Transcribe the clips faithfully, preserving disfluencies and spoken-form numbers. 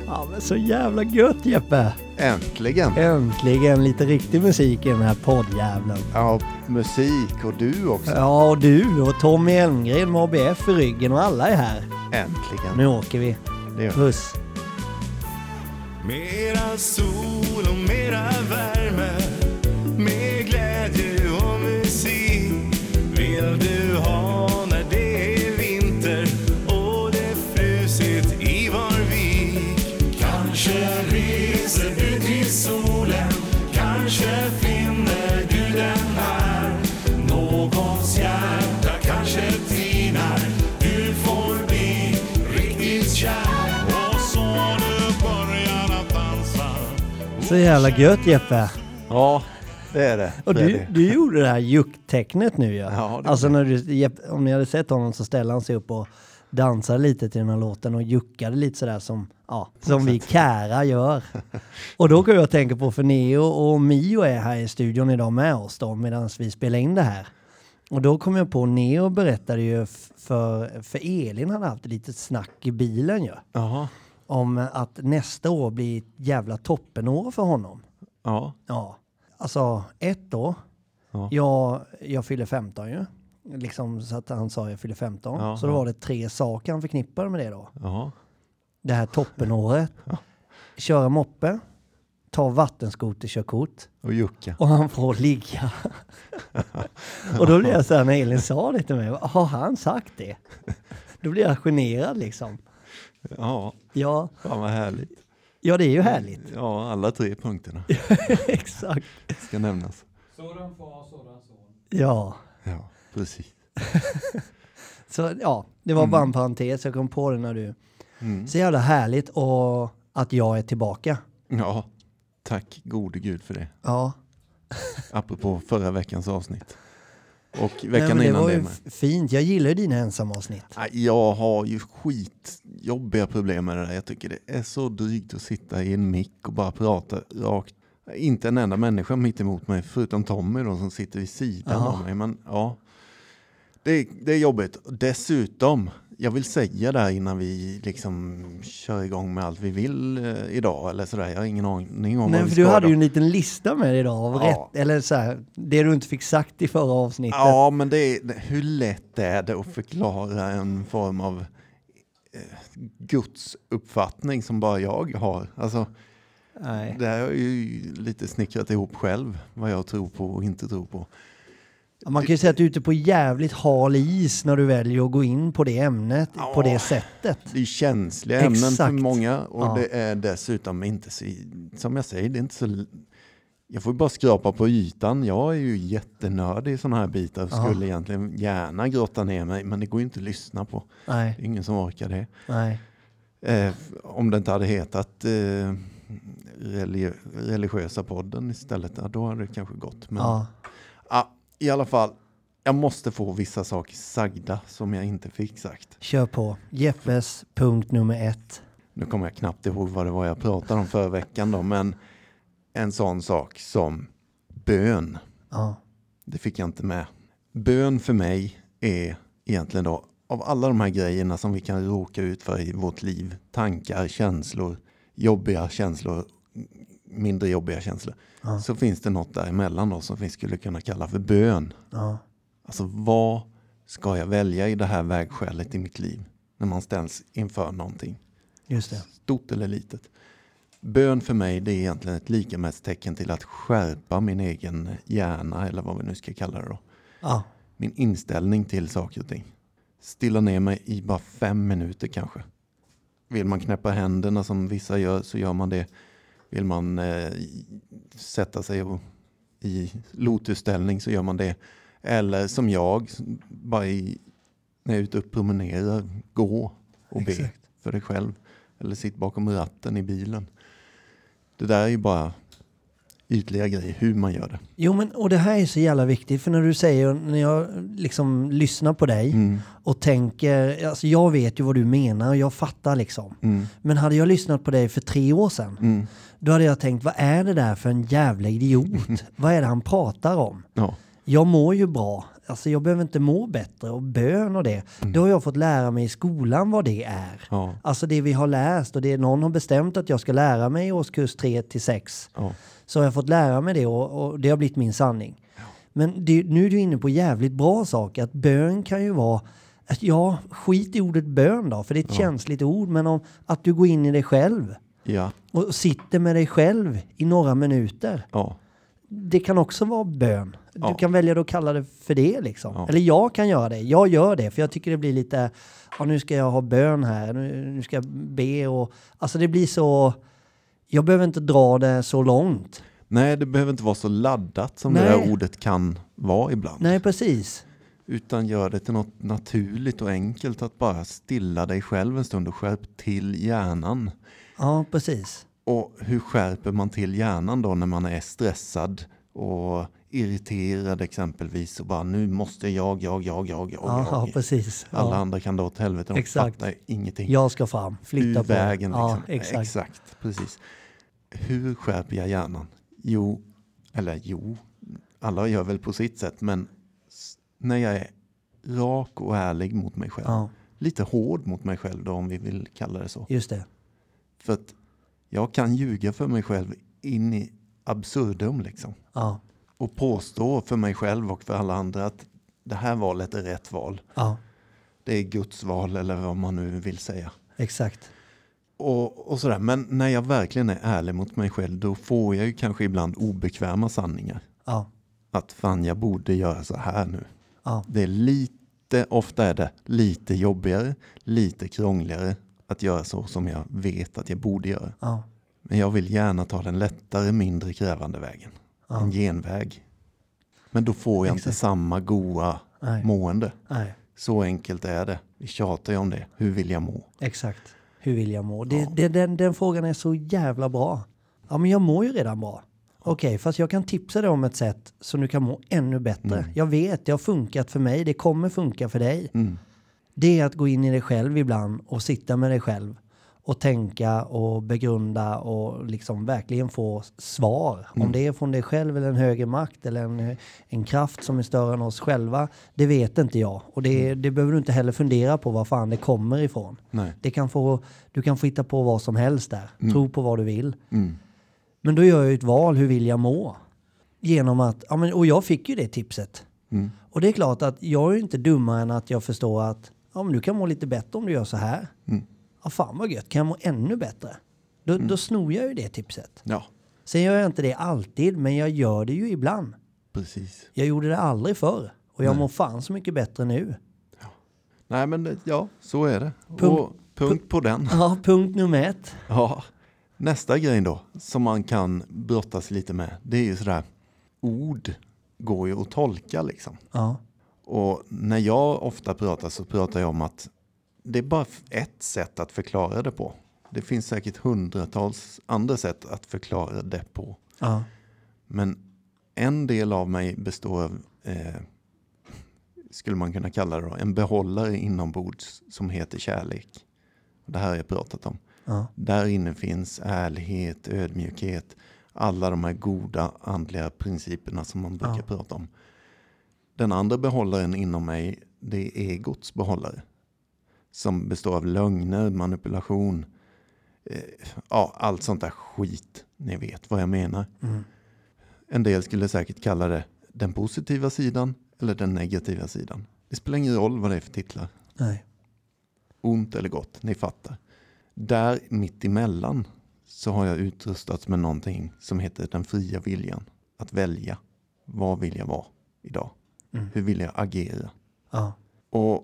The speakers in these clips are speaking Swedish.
Ja, men så jävla gött, Jeppe. Äntligen. Äntligen lite riktig musik i den här poddjävlen. Ja, musik och du också. Ja, och du och Tommy Elmgren med A B F i ryggen och alla är här. Äntligen. Nu åker vi. Det Puss. Mera sol och mera värme, med glädje och musik vill du ha när det är vinter och det frusit i var vik. Kanske reser du till solen, kanske finner du den här. Någons hjärta kanske tinar, du får bli riktigt kär. Och så du börjar att dansa. Så jävla gött, Jeppe. Ja, det är det. Och det är du, det. du gjorde det här jucktecknet nu, ja. Ja, det alltså när du, om ni hade sett honom så ställde han sig upp och dansade lite till den här låten och juckade lite sådär som, ja, som vi kära gör. Och då kan jag tänka på, för Neo och Mio är här i studion idag med oss då, medan vi spelar in det här. Och då kom jag på, Neo berättade ju f- för, för Elin hade haft lite snack i bilen ju. Jaha. Om att nästa år blir ett jävla toppenår för honom. Ja. Ja, alltså ett år. Ja. Jag, jag fyller femton ju. Liksom så att han sa jag fyller femton. Ja, så då ja. var det tre saker han förknippade med det då. Ja. Det här toppenåret. Ja. Köra moppe. Ta vattenskoterkörkort. Och jucka. Och han får ligga. Och då blev jag så här när Elin sa det till mig. Har han sagt det? Då blir jag generad liksom. Ja, Ja, fan vad härligt. ja det är ju härligt. Ja, alla tre punkterna Exakt. ska nämnas. Sådan far, sådan son. Ja. Ja, precis. Så ja, det var Mm. bara en parentes. Jag kom på det när du... Mm. Så jävla härligt och att jag är tillbaka. Ja, tack gode gud för det. Ja. Apropå förra veckans avsnitt. Och Nej, veckan men det innan var det ju med. f- fint. Jag gillar ju dina ensamavsnitt. Nej, jag har ju skitjobbiga problem med det där. Jag tycker det är så drygt att sitta i en mick och bara prata rakt. Inte en enda människa mitt emot mig, förutom Tommy då, som sitter vid sidan Ja. av mig. Men ja, det, det är jobbigt. Dessutom, jag vill säga det här innan vi liksom kör igång med allt vi vill eh, idag. Eller sådär, jag har ingen aning om Nej, vad vi för du ska hade då. ju en liten lista med dig idag av Ja. rätt, eller så här, det du inte fick sagt i förra avsnittet. Ja, men det är, hur lätt är det att förklara en form av eh, Guds uppfattning som bara jag har? Alltså, Nej. det här är ju lite snickrat ihop själv, vad jag tror på och inte tror på. Man kan ju säga att du är ute på jävligt hal is när du väljer att gå in på det ämnet Ja. på det sättet. Det är känsliga ämnen för Exakt. många och Ja. det är dessutom inte så, som jag säger, det är inte så... Jag får ju bara skrapa på ytan. Jag är ju jättenördig i sådana här bitar och Ja. skulle egentligen gärna grotta ner mig, men det går ju inte att lyssna på. Nej, Det är ingen som orkar det. nej. Eh, om det inte hade hetat eh, religi- religiösa podden istället, ja, då hade det kanske gått. Men Ja. ja, i alla fall, jag måste få vissa saker sagda som jag inte fick sagt. Kör på. Jeppes punkt nummer ett. Nu kommer jag knappt ihåg vad det var jag pratade om förra veckan då, men en sån sak som bön, Ja. det fick jag inte med. Bön för mig är egentligen då, av alla de här grejerna som vi kan råka ut för i vårt liv, tankar, känslor, jobbiga känslor, mindre jobbiga känslor, Ja. så finns det något däremellan då som vi skulle kunna kalla för bön. Ja. Alltså vad ska jag välja i det här vägskälet i mitt liv när man ställs inför någonting? Just det. Stort eller litet. Bön för mig, det är egentligen ett likamätstecken till att skärpa min egen hjärna, eller vad vi nu ska kalla det då. Ja. Min inställning till saker och ting. Stilla ner mig i bara fem minuter kanske. Vill man knäppa händerna som vissa gör, så gör man det. Vill man eh, sätta sig och, i lotusställning, så gör man det. Eller som jag, bara i, när jag är ute och promenerar, gå och be Exakt. för dig själv. Eller sitt bakom ratten i bilen. Det där är ju bara ytliga grejer, hur man gör det. Jo, men och det här är så jävla viktigt, för när du säger, när jag liksom lyssnar på dig Mm. och tänker, alltså jag vet ju vad du menar och jag fattar liksom. Mm. Men hade jag lyssnat på dig för tre år sedan, Mm. då hade jag tänkt, vad är det där för en jävla idiot? Vad är det han pratar om? Ja. Jag mår ju bra. alltså jag behöver inte må bättre och bön och det. Mm. Då har jag fått lära mig i skolan vad det är. Ja. Alltså det vi har läst och det någon har bestämt att jag ska lära mig i årskurs tre till sex. Ja. Så har jag fått lära mig det och, och det har blivit min sanning. Ja. Men det, nu är du inne på jävligt bra saker. Att bön kan ju vara, att ja, skit i ordet bön då, för det är ett Ja. känsligt ord. Men om att du går in i dig själv Ja. och sitter med dig själv i några minuter. Ja. Det kan också vara bön. Du Ja. kan välja att kalla det för det liksom. Ja. Eller jag kan göra det. Jag gör det för jag tycker det blir lite, ja nu ska jag ha bön här, nu, nu ska jag be och, alltså det blir så, jag behöver inte dra det så långt. Nej, det behöver inte vara så laddat som Nej. det där ordet kan vara ibland. Nej, precis. Utan gör det till något naturligt och enkelt att bara stilla dig själv en stund och skärp till hjärnan. Ja, precis. Och hur skärper man till hjärnan då när man är stressad och irriterad exempelvis och bara nu måste jag, jag, jag, jag, jag, Ja, jag. precis. Ja. Alla andra kan då åt helvete, de Exakt. fattar ingenting. Jag ska fram, flytta Ur på. vägen Ja, liksom. exakt. Exakt, precis. Hur skärper jag hjärnan? Jo, eller jo, alla gör väl på sitt sätt, men s- när jag är rak och ärlig mot mig själv. Ja, Lite hård mot mig själv då, om vi vill kalla det så. just det. För att jag kan ljuga för mig själv in i absurdum liksom. Ja, Och påstå för mig själv och för alla andra att det här valet är rätt val. ja, Det är Guds val eller vad man nu vill säga. exakt. Och, och sådär. Men när jag verkligen är ärlig mot mig själv, då får jag ju kanske ibland obekväma sanningar. Ja, Att fan, jag borde göra så här nu. ja, Det är lite, ofta är det lite jobbigare, lite krångligare att göra så som jag vet att jag borde göra. ja, Men jag vill gärna ta den lättare, mindre krävande vägen. Ja. En genväg. Men då får jag inte Exakt. samma goa Nej. mående. nej, Så enkelt är det. Vi tjatar ju om det. Hur vill jag må? exakt. Hur vill jag må? Det, Ja. det, den, den frågan är så jävla bra. Ja, men jag mår ju redan bra. Okej, fast jag kan tipsa dig om ett sätt så du kan må ännu bättre. Mm. Jag vet, det har funkat för mig. Det kommer funka för dig. Mm. Det är att gå in i dig själv ibland och sitta med dig själv och tänka och begrunda och liksom verkligen få svar. Mm. Om det är från dig själv eller en högre makt eller en, en kraft som är större än oss själva, det vet inte jag. Och det, det behöver du inte heller fundera på var fan det kommer ifrån. Nej. Det kan få, du kan få hitta på vad som helst där. Mm. Tro på vad du vill. Mm. Men då gör jag ju ett val, hur vill jag må? Genom att, ja men, och jag fick ju det tipset. Mm. Och det är klart att jag är ju inte dummare än att jag förstår att ja, men du kan må lite bättre om du gör så här. Mm. Ja, fan vad gött, kan jag må ännu bättre? Då, Mm. då snor jag ju det tipset. Ja, Sen gör jag inte det alltid, men jag gör det ju ibland. precis. Jag gjorde det aldrig förr. Och jag Nej. mår fan så mycket bättre nu. Nej, men det- ja, så är det. Punkt- och punkt på den. Ja, punkt nummer ett. Ja. Nästa grej då, som man kan brottas lite med, det är ju sådär, ord går ju att tolka liksom. Ja, Och när jag ofta pratar så pratar jag om att det är bara ett sätt att förklara det på. Det finns säkert hundratals andra sätt att förklara det på. ja, Men en del av mig består av, eh, skulle man kunna kalla det då, en behållare inombords som heter kärlek. Det här har jag pratat om. ja, Där inne finns ärlighet, ödmjukhet, alla de här goda andliga principerna som man brukar Ja. prata om. Den andra behållaren inom mig, det är egots behållare. Som består av lögner, manipulation, eh, ja, allt sånt där skit. Ni vet vad jag menar. mm, En del skulle säkert kalla det den positiva sidan eller den negativa sidan. Det spelar ingen roll vad det är för titlar. nej, Ont eller gott, ni fattar. Där mitt emellan så har jag utrustats med någonting som heter den fria viljan. Att välja. Vad vill jag vara idag? Mm. Hur vill jag agera? ja, Och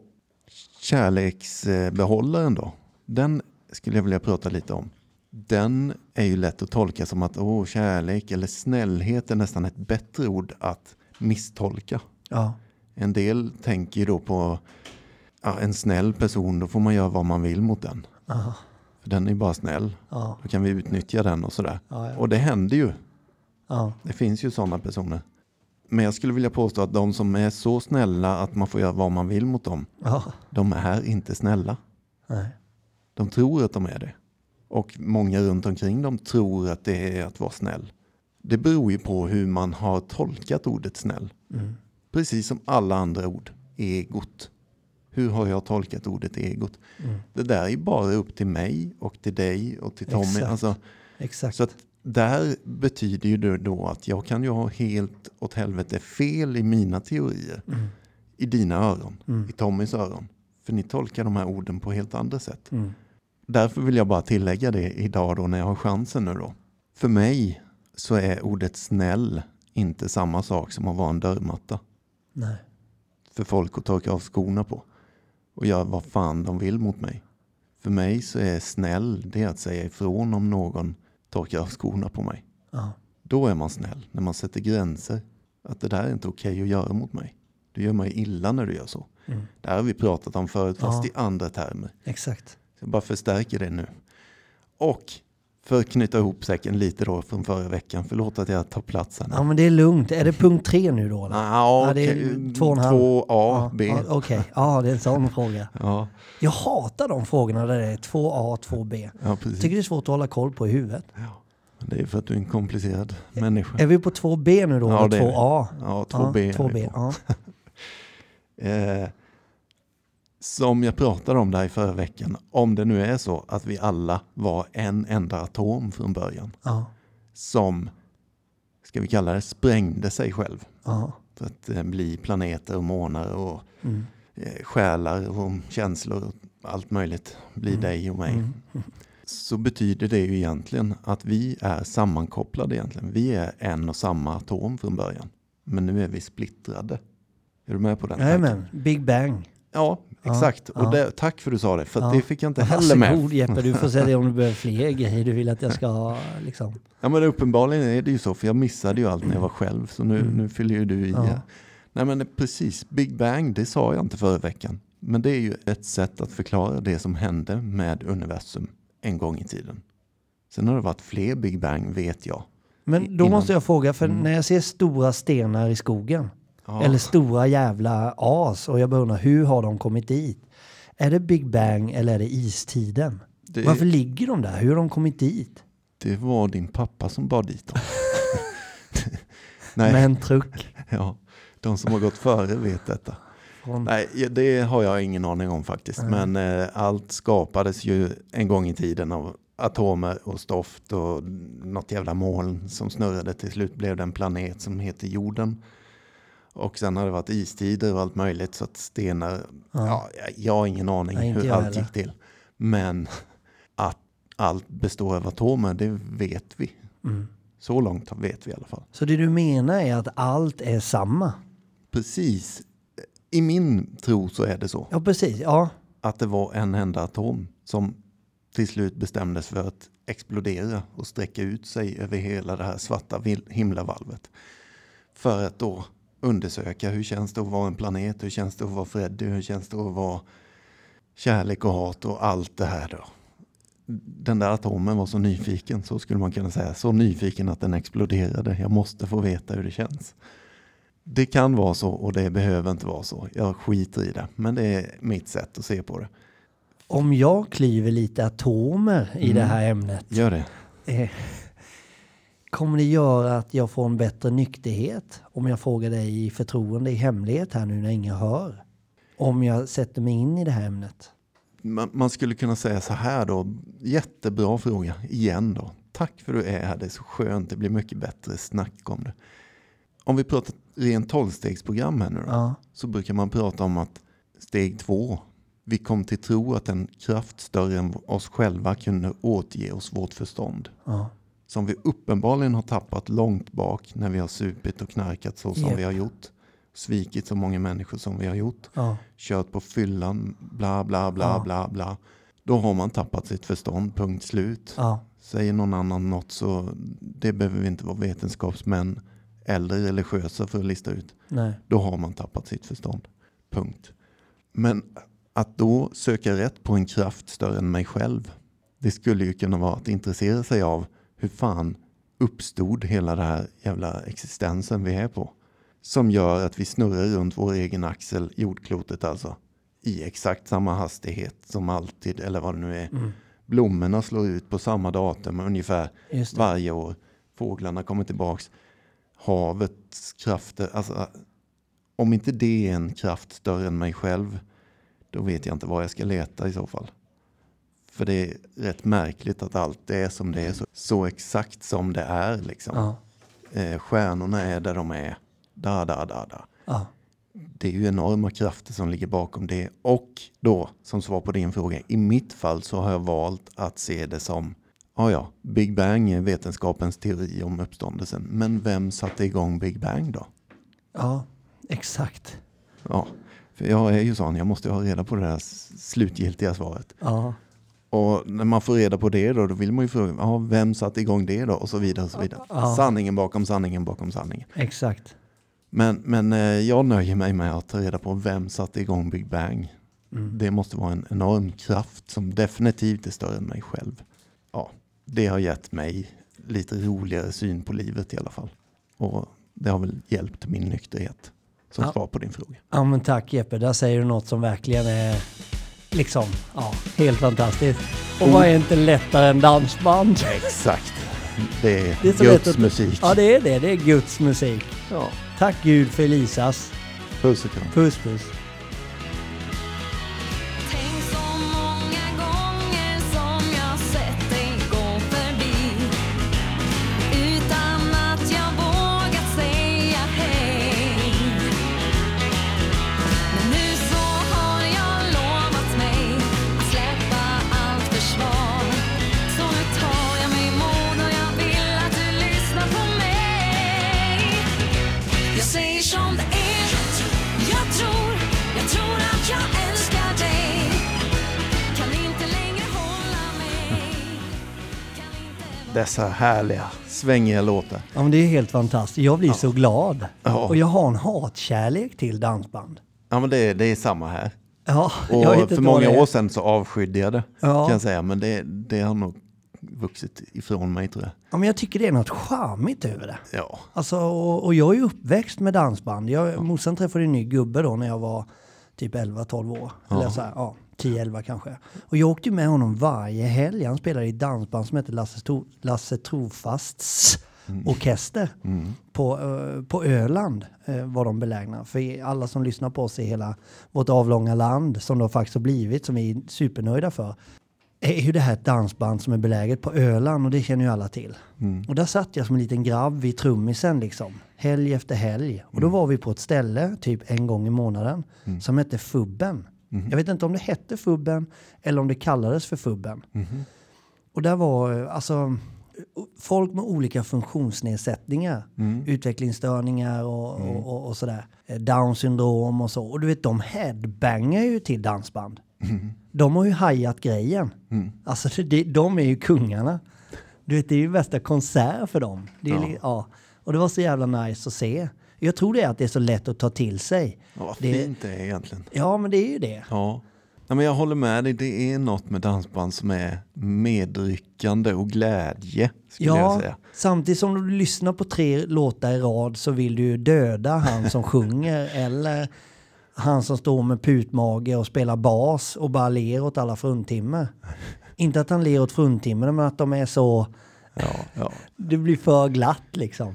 kärleksbehållaren då, den skulle jag vilja prata lite om. Den är ju lätt att tolka som att åh, kärlek eller snällhet är nästan ett bättre ord att misstolka. ja, En del tänker ju då på ja, en snäll person, då får man göra vad man vill mot den. ja, För den är bara snäll. ja, Då kan vi utnyttja den och sådär. ja, ja, Och det händer ju. ja, Det finns ju sådana personer. Men jag skulle vilja påstå att de som är så snälla att man får göra vad man vill mot dem, ja, de är inte snälla. nej, De tror att de är det. Och många runt omkring dem tror att det är att vara snäll. Det beror ju på hur man har tolkat ordet snäll. mm, Precis som alla andra ord. Egot. Hur har jag tolkat ordet egot? Mm. Det där är bara upp till mig och till dig och till Tommy. Exakt. Alltså, Exakt. så att där betyder ju det då att jag kan ju ha helt åt helvete fel i mina teorier. Mm. I dina öron. Mm. I Tommys öron. För ni tolkar de här orden på helt andra sätt. Mm. Därför vill jag bara tillägga det idag då när jag har chansen nu då. För mig så är ordet snäll inte samma sak som att vara en dörrmatta. Nej. För folk att torka av skorna på. Och göra vad fan de vill mot mig. För mig så är snäll det att säga ifrån om någon torkar av skorna på mig. Ja. Då är man snäll när man sätter gränser. Att det där är inte okej att göra mot mig. Du gör mig illa när du gör så. Mm. Det här har vi pratat om förut fast Ja. i andra termer. Exakt. Så jag bara förstärker det nu. Och för att knyta ihop säcken lite då från förra veckan. Förlåt att jag tar platsen. Ja, men det är lugnt. Är det punkt tre nu då? Eller? Ja, Ja, det är okej. två och en halv. två A, B. Ja, Okej, okay. Ja, det är en sån fråga. Ja, Jag hatar de frågorna där det är två A, två B. ja, precis. Tycker det är svårt att hålla koll på i huvudet. Ja. Det är för att du är en komplicerad människa. Är vi på två B nu då? Ja, eller det är två vi. A? Ja, två B. Ja, två är vi B. på. Ja. Eh, som jag pratade om där i förra veckan. Om det nu är så att vi alla var en enda atom från början. Ja. Som, ska vi kalla det, sprängde sig själv. Ja. För att eh, bli planeter och månar och Mm. eh, själar och känslor och allt möjligt. Bli Mm. dig och mig. Mm. Så betyder det ju egentligen att vi är sammankopplade egentligen. Vi är en och samma atom från början. Men nu är vi splittrade. Är du med på den tanken? Jajamän, Big Bang. Ja, exakt. Ja. Och det, tack för att du sa det. För att Ja. det fick jag inte heller med. Varsågod Jeppe, du får säga om du behöver fler grejer du vill att jag ska ha. Liksom. Ja, men uppenbarligen är det ju så. För jag missade ju allt när jag var själv. Så nu, Mm. nu fyller ju du i. Ja. Ja. Nej men precis, Big Bang, det sa jag inte förra veckan. Men det är ju ett sätt att förklara det som hände med universum en gång i tiden. Sen har det varit fler Big Bang, vet jag. Men då Innan- måste jag fråga, för Mm. när jag ser stora stenar i skogen, Ja. eller stora jävla as, och jag bara undrar, hur har de kommit dit? Är det Big Bang eller är det istiden? Det, Varför ligger de där? Hur har de kommit dit? det var din pappa som bar dit dem. Nej, Med en truck. ja, de som har gått före vet detta. Från... Nej, det har jag ingen aning om faktiskt. Nej. Men eh, allt skapades ju en gång i tiden av atomer och stoft och något jävla moln som snurrade. Till slut blev det en planet som heter jorden. Och sen har det varit istider och allt möjligt så att stenar, Ja. ja, jag- jag har ingen aning Nej, inte hur jag allt heller. gick till. Men att allt består av atomer, det vet vi. Mm. Så långt vet vi i alla fall. Så det du menar är att allt är samma? Precis. I min tro så är det så. Ja, precis. Ja. Att det var en enda atom som till slut bestämdes för att explodera och sträcka ut sig över hela det här svarta vil- himlavalvet. För att då undersöka hur känns det att vara en planet, hur känns det att vara Freddy, hur känns det att vara kärlek och hat och allt det här då. Den där atomen var så nyfiken, så skulle man kunna säga. Så nyfiken att den exploderade. Jag måste få veta hur det känns. Det kan vara så och det behöver inte vara så. Jag skiter i det. Men det är mitt sätt att se på det. Om jag klyver lite atomer i Mm. det här ämnet, Gör det. eh, kommer det göra att jag får en bättre nykterhet? Om jag frågar dig i förtroende, i hemlighet här nu när ingen hör. Om jag sätter mig in i det här ämnet. Man, man skulle kunna säga så här då. Jättebra fråga. Igen då. Tack för att du är här. Det är så skönt. Det blir mycket bättre snack om det. Om vi pratar rent tolvstegsprogram här nu då. Ja. Så brukar man prata om att steg två. Vi kom till tro att en kraft större än oss själva kunde återge oss vårt förstånd. Ja. Som vi uppenbarligen har tappat långt bak när vi har supit och knarkat så som Japp. vi har gjort. Svikit så många människor som vi har gjort. Ja. Kört på fyllan, bla bla bla Ja. bla bla. Då har man tappat sitt förstånd, punkt slut. Ja. Säger någon annan något så det behöver vi inte vara vetenskapsmän eller religiösa för att lista ut. Nej. Då har man tappat sitt förstånd, punkt. Men att då söka rätt på en kraft större än mig själv, det skulle ju kunna vara att intressera sig av hur fan uppstod hela den här jävla existensen vi är på. Som gör att vi snurrar runt vår egen axel, jordklotet alltså, i exakt samma hastighet som alltid, eller vad det nu är. Mm. Blommorna slår ut på samma datum ungefär Just det. varje år. Fåglarna kommer tillbaks. Havets krafter, alltså om inte det är en kraft större än mig själv, då vet jag inte var jag ska leta i så fall. För det är rätt märkligt att allt är som det är, så, så exakt som det är liksom. Ja. Eh, stjärnorna är där de är. Da, da, da, da. Ja. Det är ju enorma krafter som ligger bakom det. Och då, som svar på din fråga, i mitt fall så har jag valt att se det som, ja ja, Big Bang är vetenskapens teori om uppståndelsen. Men vem satte igång Big Bang då? Ja, exakt. Ja, för jag är ju sån, jag måste ha reda på det här slutgiltiga svaret. Ja. Och när man får reda på det då, då vill man ju fråga, ja, vem satte igång det då? Och så vidare och så vidare. Ja. Sanningen bakom sanningen bakom sanningen. Exakt. Men, men eh, jag nöjer mig med att ta reda på vem satte igång Big Bang. Mm. Det måste vara en enorm kraft som definitivt är större än mig själv. Ja, det har gett mig lite roligare syn på livet i alla fall. Och det har väl hjälpt min nykterhet som Ja. svar på din fråga. Ja men tack Jeppe, där säger du något som verkligen är liksom, ja, helt fantastiskt. Och Oh. vad är inte lättare än dansband? Exakt. Det är, Det är så lätt Guds att- musik. Ja det är det, det är Guds musik. Ja. Tack Gud för Elisas. Puss och kram. Puss puss. Tänk så många gånger som jag sett dig gå förbi utan att jag vågat säga hej. Men nu så har jag lovat mig att släppa allt försvar. Så nu tar jag mig mod och jag vill att du lyssnar på mig. Jag säger som det är. Jag tror, jag tror att jag älskar dig. Kan inte längre hålla mig. Kan inte Dessa härliga, svängiga låtar. Ja men det är helt fantastiskt. Jag blir så glad. Ja. Och jag har en hatkärlek till dansband. Ja, men det, det är samma här. Ja, jag Och vet för inte vad många det är. år sedan så avskydde jag det, Ja. kan jag säga. Men det, det har nog vuxit ifrån mig, tror jag. Ja men jag tycker det är något charmigt över det. Ja. Alltså, och, och jag är ju uppväxt med dansband. Jag, morsan träffade en ny gubbe då när jag var typ elva tolv år. Eller så här, ja, tio elva kanske. Och jag åkte med honom varje helg. Han spelade i ett dansband som heter Lasse, Tro, Lasse Trofasts orkester. På, eh, på Öland eh, var de belägna. För alla som lyssnar på oss i hela vårt avlånga land, som de faktiskt har blivit, som vi är supernöjda för, är ju det här ett dansband som är beläget på Öland, och det känner ju alla till. Och där satt jag som en liten grabb vid trummisen liksom, helg efter helg. Och då var vi på ett ställe, typ en gång i månaden, som hette Fubben. Jag vet inte om det hette Fubben eller om det kallades för Fubben. Och där var eh, alltså folk med olika funktionsnedsättningar, utvecklingsstörningar och, och, och, och sådär. Eh, Down syndrom och så. Och du vet, de headbangar ju till dansband. De har ju hajat grejen. Alltså det- det, de är ju kungarna. Du vet, det är ju bästa konsert för dem. Det är, Ja. ja. Ja. Och det var så jävla nice att se. Jag tror det är att det är så lätt att ta till sig. Ja, vad Det- fint det är egentligen. Ja, men det är ju det. Ja. Ja, men jag håller med dig. Det är något med dansband som är medryckande och glädje, skulle jag Ja, säga. samtidigt som du lyssnar på tre låtar i rad så vill du ju döda han som sjunger eller han som står med putmage och spelar bas och bara ler åt alla fruntimmer. Inte att han ler åt fruntimmer, men att de är så... Ja, ja, Det blir för glatt liksom.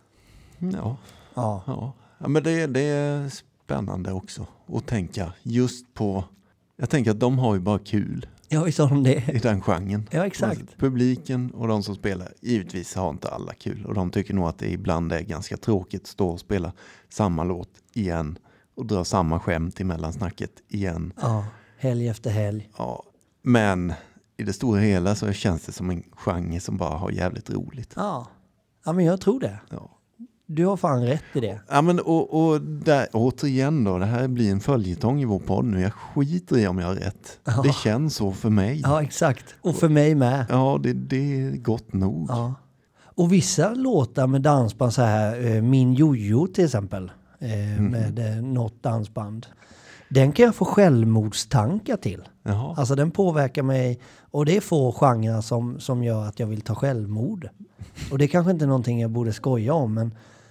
ja, Ja, ja. Ja, men det, det är spännande också att tänka just på... Jag tänker att de har ju bara kul ja visst har de det. i den genren. Ja, exakt. Alltså, publiken och de som spelar, givetvis har inte alla kul. Och de tycker nog att det ibland är ganska tråkigt att stå och spela samma låt igen och dra samma skämt emellan snacket igen. Ja, helg efter helg. Ja, men i det stora hela så känns det som en genre som bara har jävligt roligt. Ja, ja men jag tror det. Ja. Du har fan rätt i det. Ja, men och, och där, återigen då, det här blir en följetong i vår podd nu. Jag skiter i om jag har rätt. Ja. Det känns så för mig. Ja, exakt. Och för mig med. Ja, det, det är gott nog. Ja. Och vissa låtar med dansband så här, eh, Min Jojo till exempel, eh, med eh, något dansband. Den kan jag få självmordstankar till. Jaha. Alltså den påverkar mig, och det är få genrer som, som gör att jag vill ta självmord. Och det är kanske inte någonting jag borde skoja om, men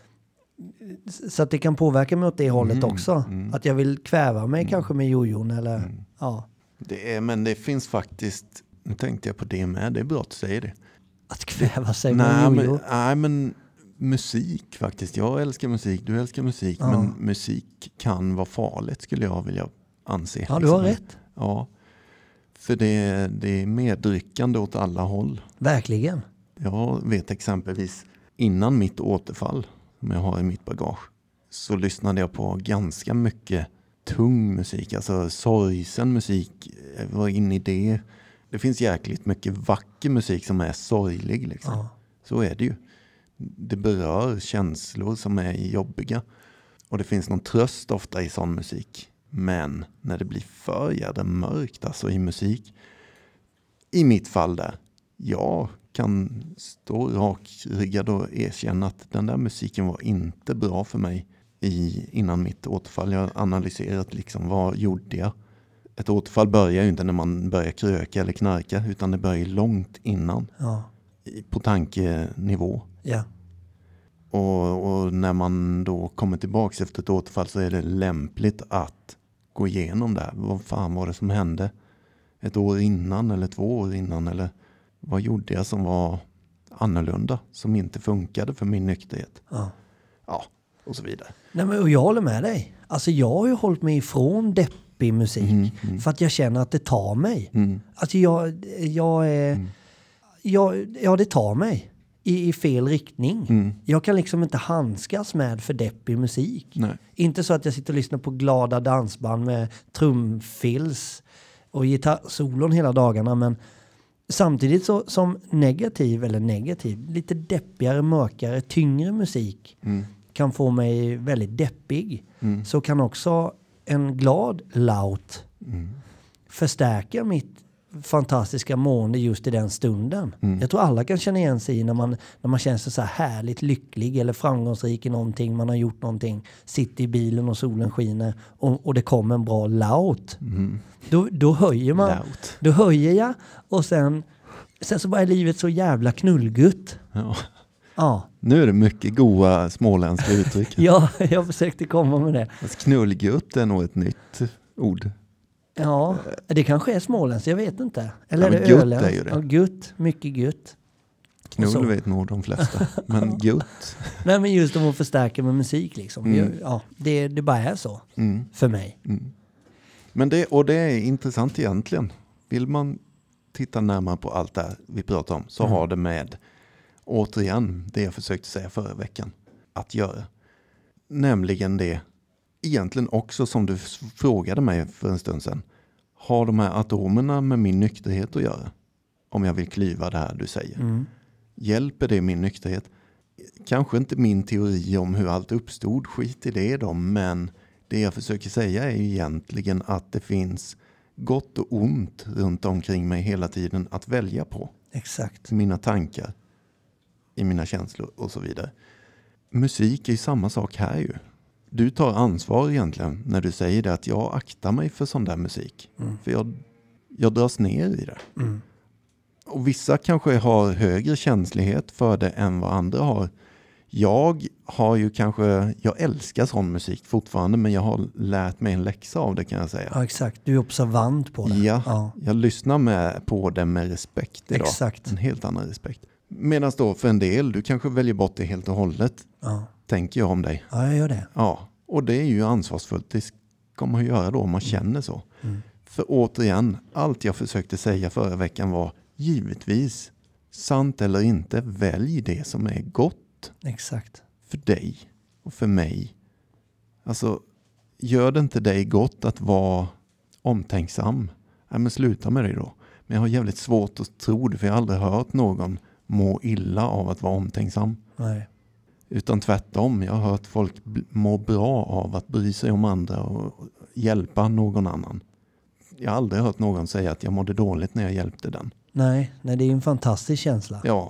så att det kan påverka mig åt det hållet också. Att jag vill kväva mig kanske med jojon eller ja, Det är, men det finns faktiskt, nu tänkte jag på det med, det är bra att du säger det. att kväva sig med Nej jojo. men, nej, men musik faktiskt. Jag älskar musik, du älskar musik. Ja. Men musik kan vara farligt skulle jag vilja anse. Ja, du har rätt. Ja, för det, det är medryckande åt alla håll. Verkligen. Jag vet exempelvis innan mitt återfall som jag har i mitt bagage så lyssnade jag på ganska mycket tung musik, alltså sorgsen musik. Jag var inne i det. Det finns jäkligt mycket vacker musik som är sorglig liksom. Ja. Så är det ju. Det berör känslor som är jobbiga. Och det finns någon tröst ofta i sån musik. Men när det blir för jävla mörkt alltså i musik. I mitt fall där. Jag kan stå rakryggad och erkänna att den där musiken var inte bra för mig i, innan mitt återfall. Jag har analyserat liksom vad gjorde jag. Ett återfall börjar ju inte när man börjar kröka eller knarka. Utan det börjar långt innan. Ja. På tankenivå. Ja. Och, och när man då kommer tillbaka efter ett återfall så är det lämpligt att gå igenom det här. Vad fan var det som hände? Ett år innan eller två år innan? Eller vad gjorde jag som var annorlunda? Som inte funkade för min nykterhet? Ja. Ja, och så vidare. Nej, men och jag håller med dig. Alltså jag har ju hållit mig ifrån deppig musik. Mm, mm. För att jag känner att det tar mig. Mm. Alltså jag, jag är... Mm. Jag, ja, det tar mig i, i fel riktning. Mm. Jag kan liksom inte handskas med för deppig musik. Nej. Inte så att jag sitter och lyssnar på glada dansband med trumfills och gitarrsolon hela dagarna. Men samtidigt så som negativ, eller negativ, lite deppigare, mörkare, tyngre musik Mm. kan få mig väldigt deppig. Mm. Så kan också en glad laut Mm. förstärka mitt fantastiska mående just i den stunden. Mm. Jag tror alla kan känna igen sig i när man, när man känner sig så här härligt lycklig eller framgångsrik i någonting, man har gjort någonting, sitter i bilen och solen skiner och, och det kommer en bra laut. Mm. Då, då höjer man. Laut. Då höjer jag och sen, sen så bara är livet så jävla knullgutt. Ja. Ja, Nu är det mycket goda småländska uttryck. ja, jag försökte komma med det. Fast knullgutt är nog ett nytt ord. Ja, det kanske är småländskt, jag vet inte. Eller Ja, men är det gutt öländskt? är ju det. Ja, gutt, mycket gutt. Och så. Knull vet nog de flesta. Men gutt. Nej, men just om att förstärka med musik liksom. Mm. Ja, det, det bara är så Mm. för mig. Mm. Men det, och det är intressant egentligen. Vill man titta närmare på allt det här vi pratar om så Mm. har det med, återigen, det jag försökte säga förra veckan att göra. Nämligen det, egentligen också som du f- frågade mig för en stund sedan. Har de här atomerna med min nykterhet att göra? Om jag vill klyva det här du säger. Mm. Hjälper det min nykterhet? Kanske inte min teori om hur allt uppstod, skit i det då, men det jag försöker säga är ju egentligen att det finns gott och ont runt omkring mig hela tiden att välja på. Exakt. Mina tankar, i mina känslor och så vidare. Musik är ju samma sak här ju. Du tar ansvar egentligen när du säger det, att jag aktar mig för sån där musik. Mm. För jag, jag dras ner i det. Mm. Och vissa kanske har högre känslighet för det än vad andra har. Jag har ju kanske, jag älskar sån musik fortfarande, men jag har lärt mig en läxa av det, kan jag säga. Ja, exakt. Du är observant på det. Ja, Ja. jag lyssnar med på det med respekt idag. Exakt. En helt annan respekt. Medan då för en del, du kanske väljer bort det helt och hållet, Ja. tänker jag om dig. Ja, jag gör det. Ja, och det är ju ansvarsfullt. Det ska man ju göra då om man känner så. Mm. För återigen, allt jag försökte säga förra veckan var givetvis, sant eller inte, välj det som är gott Exakt. för dig och för mig. Alltså, gör det inte dig gott att vara omtänksam? Nej, men sluta med det då. Men jag har jävligt svårt att tro det, för jag har aldrig hört någon må illa av att vara omtänksam. Nej. Utan tvärtom, jag har hört folk bl- må bra av att bry sig om andra och hjälpa någon annan. Jag har aldrig hört någon säga att jag mådde dåligt när jag hjälpte den. Nej, nej, det är en fantastisk känsla. Ja.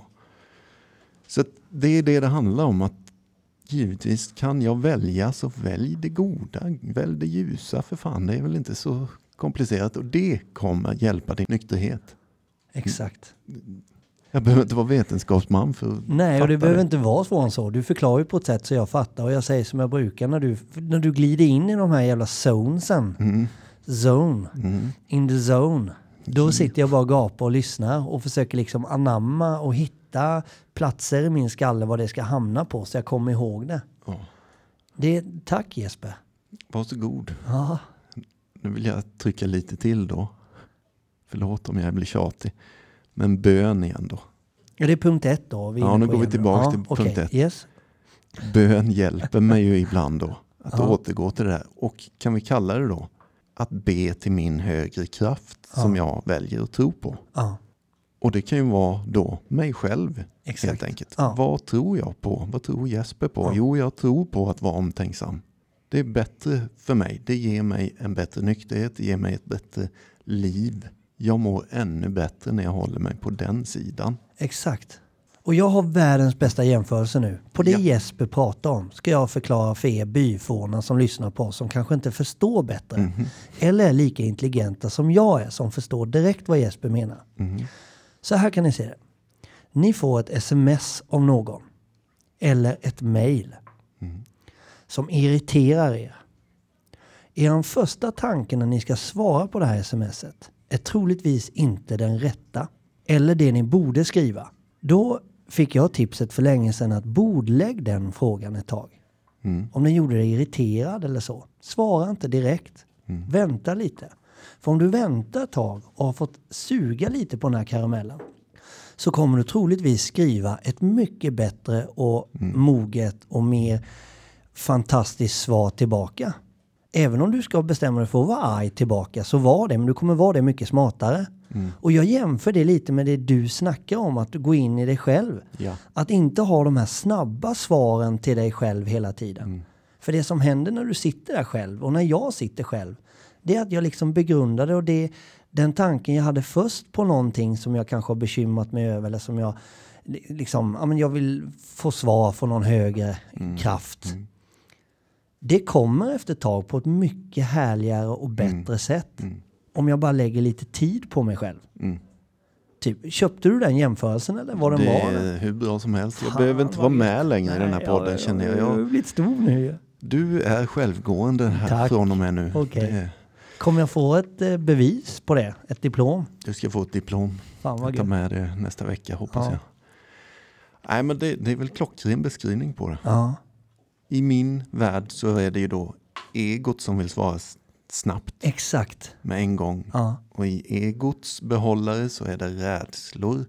Så att det är det det handlar om, att givetvis kan jag välja, så välj det goda, välj det ljusa för fan. Det är väl inte så komplicerat, och det kommer hjälpa din nykterhet. Exakt. Jag behöver inte vara vetenskapsman för att Nej, och det fatta behöver inte vara svårare än så. Du förklarar ju på ett sätt så jag fattar, och jag säger som jag brukar när du, när du glider in i de här jävla zonesen. Mm, Zone. mm, In the zone. Då sitter jag bara och gapar och lyssnar och försöker liksom anamma och hitta hitta platser i min skalle vad det ska hamna på så jag kommer ihåg det. Ja. det tack Jesper. Varsågod. Ja. Nu vill jag trycka lite till då. Förlåt om jag blir tjatig. Men bön igen då. Ja, det är punkt ett då. Vi är Ja, inne nu på går vi igen. tillbaka Ja, till okej. punkt ett. Yes. Bön hjälper mig ju ibland då. Att Ja. återgå till det där. Och kan vi kalla det då att be till min högre kraft Ja. som jag väljer att tro på. Ja, Och det kan ju vara då mig själv exakt. helt enkelt. Ja. Vad tror jag på? Vad tror Jesper på? Ja. Jo, jag tror på att vara omtänksam. Det är bättre för mig. Det ger mig en bättre nykterhet. Det ger mig ett bättre liv. Jag mår ännu bättre när jag håller mig på den sidan. Exakt. Och jag har världens bästa jämförelse nu. På det Ja. Jesper pratar om ska jag förklara för er byfånar som lyssnar på oss som kanske inte förstår bättre. Mhm. Eller är lika intelligenta som jag är som förstår direkt vad Jesper menar. Mhm. Så här kan ni se det. Ni får ett sms av någon. Eller ett mejl. Mm. Som irriterar er. Er första tanke när ni ska svara på det här smset är troligtvis inte den rätta. Eller det ni borde skriva. Då fick jag tipset för länge sedan att bordlägg den frågan ett tag. Mm. Om den gjorde dig irriterad eller så. Svara inte direkt. Mm. Vänta lite. För om du väntar ett tag och har fått suga lite på den här karamellen så kommer du troligtvis skriva ett mycket bättre och Mm. moget och mer fantastiskt svar tillbaka. Även om du ska bestämma dig för att vara arg tillbaka så var det, men du kommer vara det mycket smartare. Mm. Och jag jämför det lite med det du snackar om, att gå in i dig själv. Ja. Att inte ha de här snabba svaren till dig själv hela tiden. Mm. För det som händer när du sitter där själv och när jag sitter själv, det är att jag liksom begrundade och det den tanken jag hade först på någonting som jag kanske har bekymrat mig över eller som jag liksom, ja men jag vill få svar från någon högre Mm. kraft. Mm. Det kommer efter ett tag på ett mycket härligare och bättre Mm. sätt. Mm. Om jag bara lägger lite tid på mig själv. Mm. Typ, köpte du den jämförelsen eller vad den Det var? Eller? är hur bra som helst. Jag Fan, behöver inte vad vara gött. med längre i den här Nej, podden jag, känner jag. Jag har jag. blivit stor nu ju. Du är självgående här Tack. från och med nu. Okej. Det, Kommer jag få ett eh, bevis på det? Ett diplom? du ska få ett diplom. Fan vad Jag tar gött. med det nästa vecka hoppas Ja. jag. Nej men det, det är väl klockren beskrivning på det. Ja, I min värld så är det ju då egot som vill svara s- snabbt exakt. med en gång. Ja, Och i egots behållare så är det rädslor.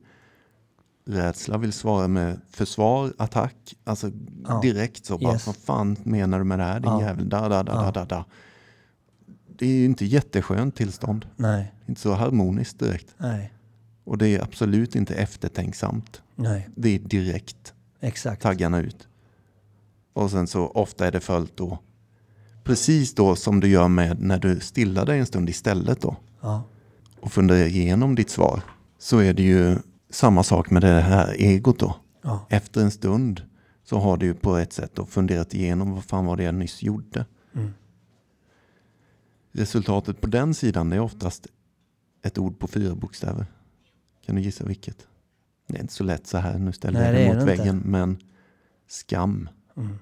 Rädsla vill svara med försvar, attack. Alltså Ja. direkt så. Bara, Yes. vad fan menar du med det här? Din Ja. jävel. Da, da, da, Ja. da, da, da. Det är ju inte jätteskönt tillstånd. nej, Inte så harmoniskt direkt. nej, Och det är absolut inte eftertänksamt. nej, Det är direkt. exakt. Taggarna ut. Och sen så ofta är det följt då. Precis då som du gör med när du stillar dig en stund istället då. Ja, Och funderar igenom ditt svar. Så är det ju samma sak med det här egot då. ja, Efter en stund så har du ju på ett sätt då funderat igenom vad fan var det jag nyss gjorde. mm. Resultatet på den sidan är oftast ett ord på fyra bokstäver. Kan du gissa vilket? Det är inte så lätt så här. Nu ställer Nej, jag det det är mot det inte. väggen. Men skam. Mm.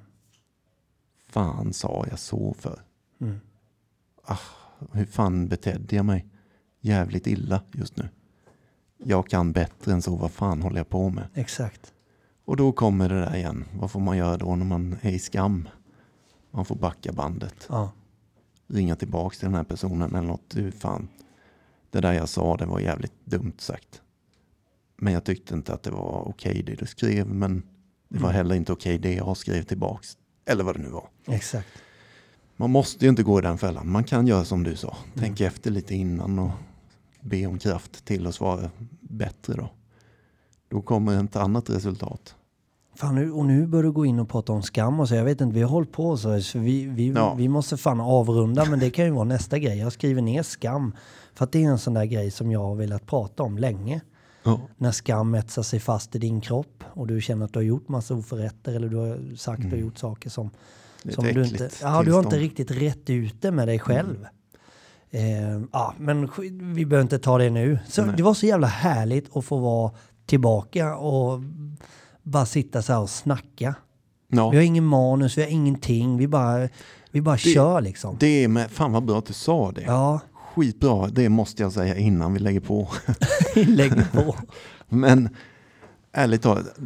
Fan sa jag så för. Mm. Ah, hur fan betedde jag mig? Jävligt illa just nu. Jag kan bättre än så. Vad fan håller jag på med? Exakt. Och då kommer det där igen. Vad får man göra då när man är i skam? Man får backa bandet. Ja, Ringa tillbaka till den här personen eller något. Du fan. Det där jag sa det var jävligt dumt sagt. Men jag tyckte inte att det var okej det du skrev. Men det var Mm. heller inte okej det jag skrev tillbaks. Eller vad det nu var. exakt. Man måste ju inte gå i den fällan. Man kan göra som du sa. Tänk efter lite innan och be om kraft till att svara bättre då. Då kommer ett annat resultat. Fan, nu, och nu börjar du gå in och prata om skam och så. Jag vet inte, vi har hållit på så. så vi, vi, Ja. vi måste fan avrunda, men det kan ju vara nästa grej. Jag skriver ner skam. För att det är en sån där grej som jag har velat prata om länge. Ja. När skam etsar sig fast i din kropp och du känner att du har gjort massa oförrätter eller du har sagt och gjort saker som, Det är som ett du äckligt inte... Ja, du har inte tillstånd. riktigt rätt ut det med dig själv. Eh, ja, men sk- vi behöver inte ta det nu. Så Nej. det var så jävla härligt att få vara tillbaka och bara sitta så här och snacka. Ja. Vi har ingen manus, vi har ingenting. Vi bara, vi bara kör liksom. Det är med, fan vad bra att du sa det. Ja, Skitbra, det måste jag säga innan vi lägger på. lägg på. Men ärligt talat,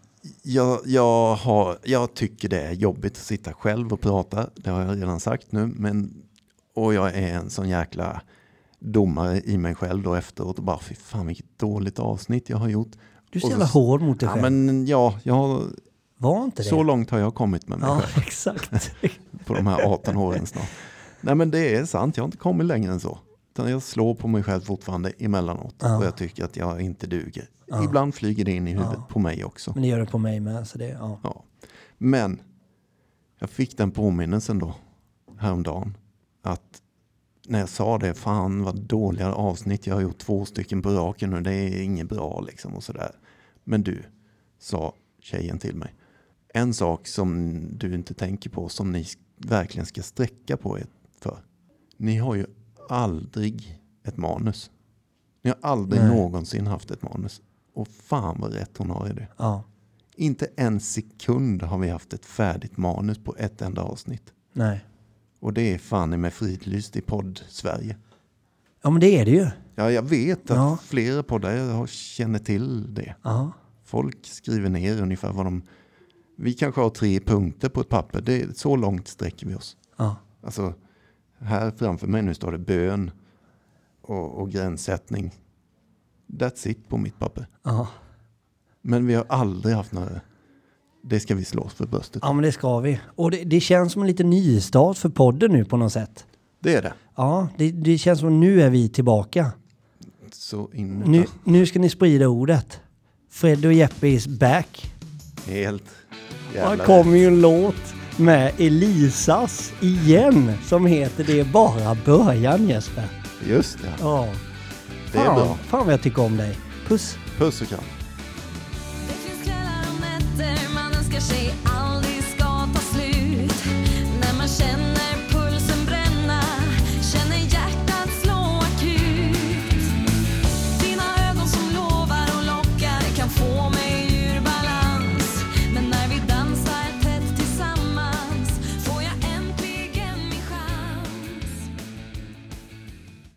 jag, jag, har, jag tycker det är jobbigt att sitta själv och prata. Det har jag redan sagt nu. Men, och jag är en sån jäkla domare i mig själv då efteråt. Och bara, fy fan vilket dåligt avsnitt jag har gjort. Du är så Och jävla hård mot dig ja, själv. men ja, jag har, Var inte det? så långt har jag kommit med mig Ja, själv. exakt. På de här arton åren snart. Nej men det är sant, jag har inte kommit längre än så. Utan jag slår på mig själv fortfarande emellanåt. Ja. Och jag tycker att jag inte duger. Ja. Ibland flyger det in i huvudet Ja. på mig också. Men det gör det på mig med. Så det, ja. Ja. Men jag fick den påminnelsen då häromdagen. Att när jag sa det, fan vad dåliga avsnitt. Jag har gjort två stycken på raken nu. Det är inget bra liksom och sådär. Men du, sa tjejen till mig. En sak som du inte tänker på, som ni verkligen ska sträcka på er för. Ni har ju aldrig ett manus. Ni har aldrig Nej. någonsin haft ett manus. Och fan vad rätt hon har i det. Ja. Inte en sekund har vi haft ett färdigt manus på ett enda avsnitt. Nej. Och det är fan i med fridlyst i podd-Sverige. Ja, men det är det ju. Ja, jag vet att Ja. flera poddar har- känner till det. Ja. Folk skriver ner ungefär vad de... Vi kanske har tre punkter på ett papper. Det är, så långt sträcker vi oss. Ja. Alltså, här framför mig nu står det bön och, och gränssättning. That's it på mitt papper. Ja. Men vi har aldrig haft några... Det ska vi slås för bröstet. Ja, men det ska vi. Och det, det känns som en liten nystart för podden nu på något sätt. Det är det. Ja, det, det känns som nu är vi tillbaka. Så in Nu, nu ska ni sprida ordet. Fred och Jeppe is back. helt Det jävla kommer ju en låt med Elisas igen som heter Det är bara början, Jesper. rätt. Just det. Ja. Det är Fan, bra. fan vad jag tycker om dig. Puss. Puss och kram. Det finns kvällar och nätter man önskar sig aldrig